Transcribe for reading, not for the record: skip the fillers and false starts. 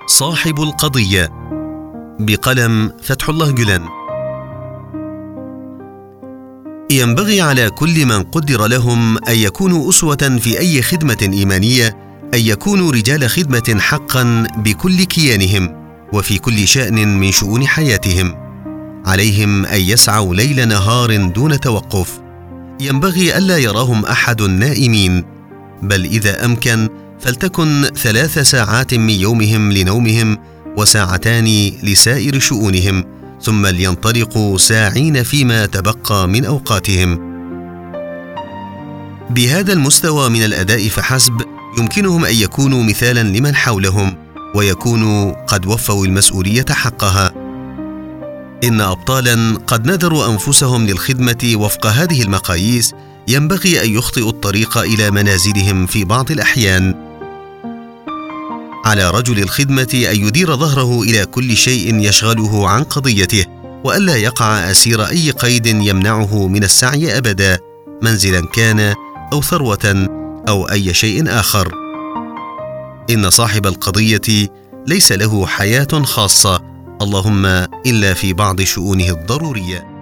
صاحب القضية بقلم فتح الله جلان. ينبغي على كل من قدر لهم أن يكونوا أسوة في أي خدمة إيمانية أن يكونوا رجال خدمة حقا بكل كيانهم وفي كل شأن من شؤون حياتهم. عليهم أن يسعوا ليل نهار دون توقف. ينبغي ألا يراهم أحد نائمين، بل إذا أمكن فلتكن 3 ساعات من يومهم لنومهم و2 لسائر شؤونهم، ثم لينطلقوا ساعين فيما تبقى من أوقاتهم. بهذا المستوى من الأداء فحسب يمكنهم أن يكونوا مثالا لمن حولهم ويكونوا قد وفوا المسؤولية حقها. إن أبطالا قد نذروا أنفسهم للخدمة وفق هذه المقاييس ينبغي أن يخطئوا الطريق إلى منازلهم في بعض الأحيان. على رجل الخدمة أن يدير ظهره إلى كل شيء يشغله عن قضيته، وألا يقع أسير أي قيد يمنعه من السعي أبدا، منزلا كان أو ثروة أو أي شيء آخر. إن صاحب القضية ليس له حياة خاصة، اللهم إلا في بعض شؤونه الضرورية.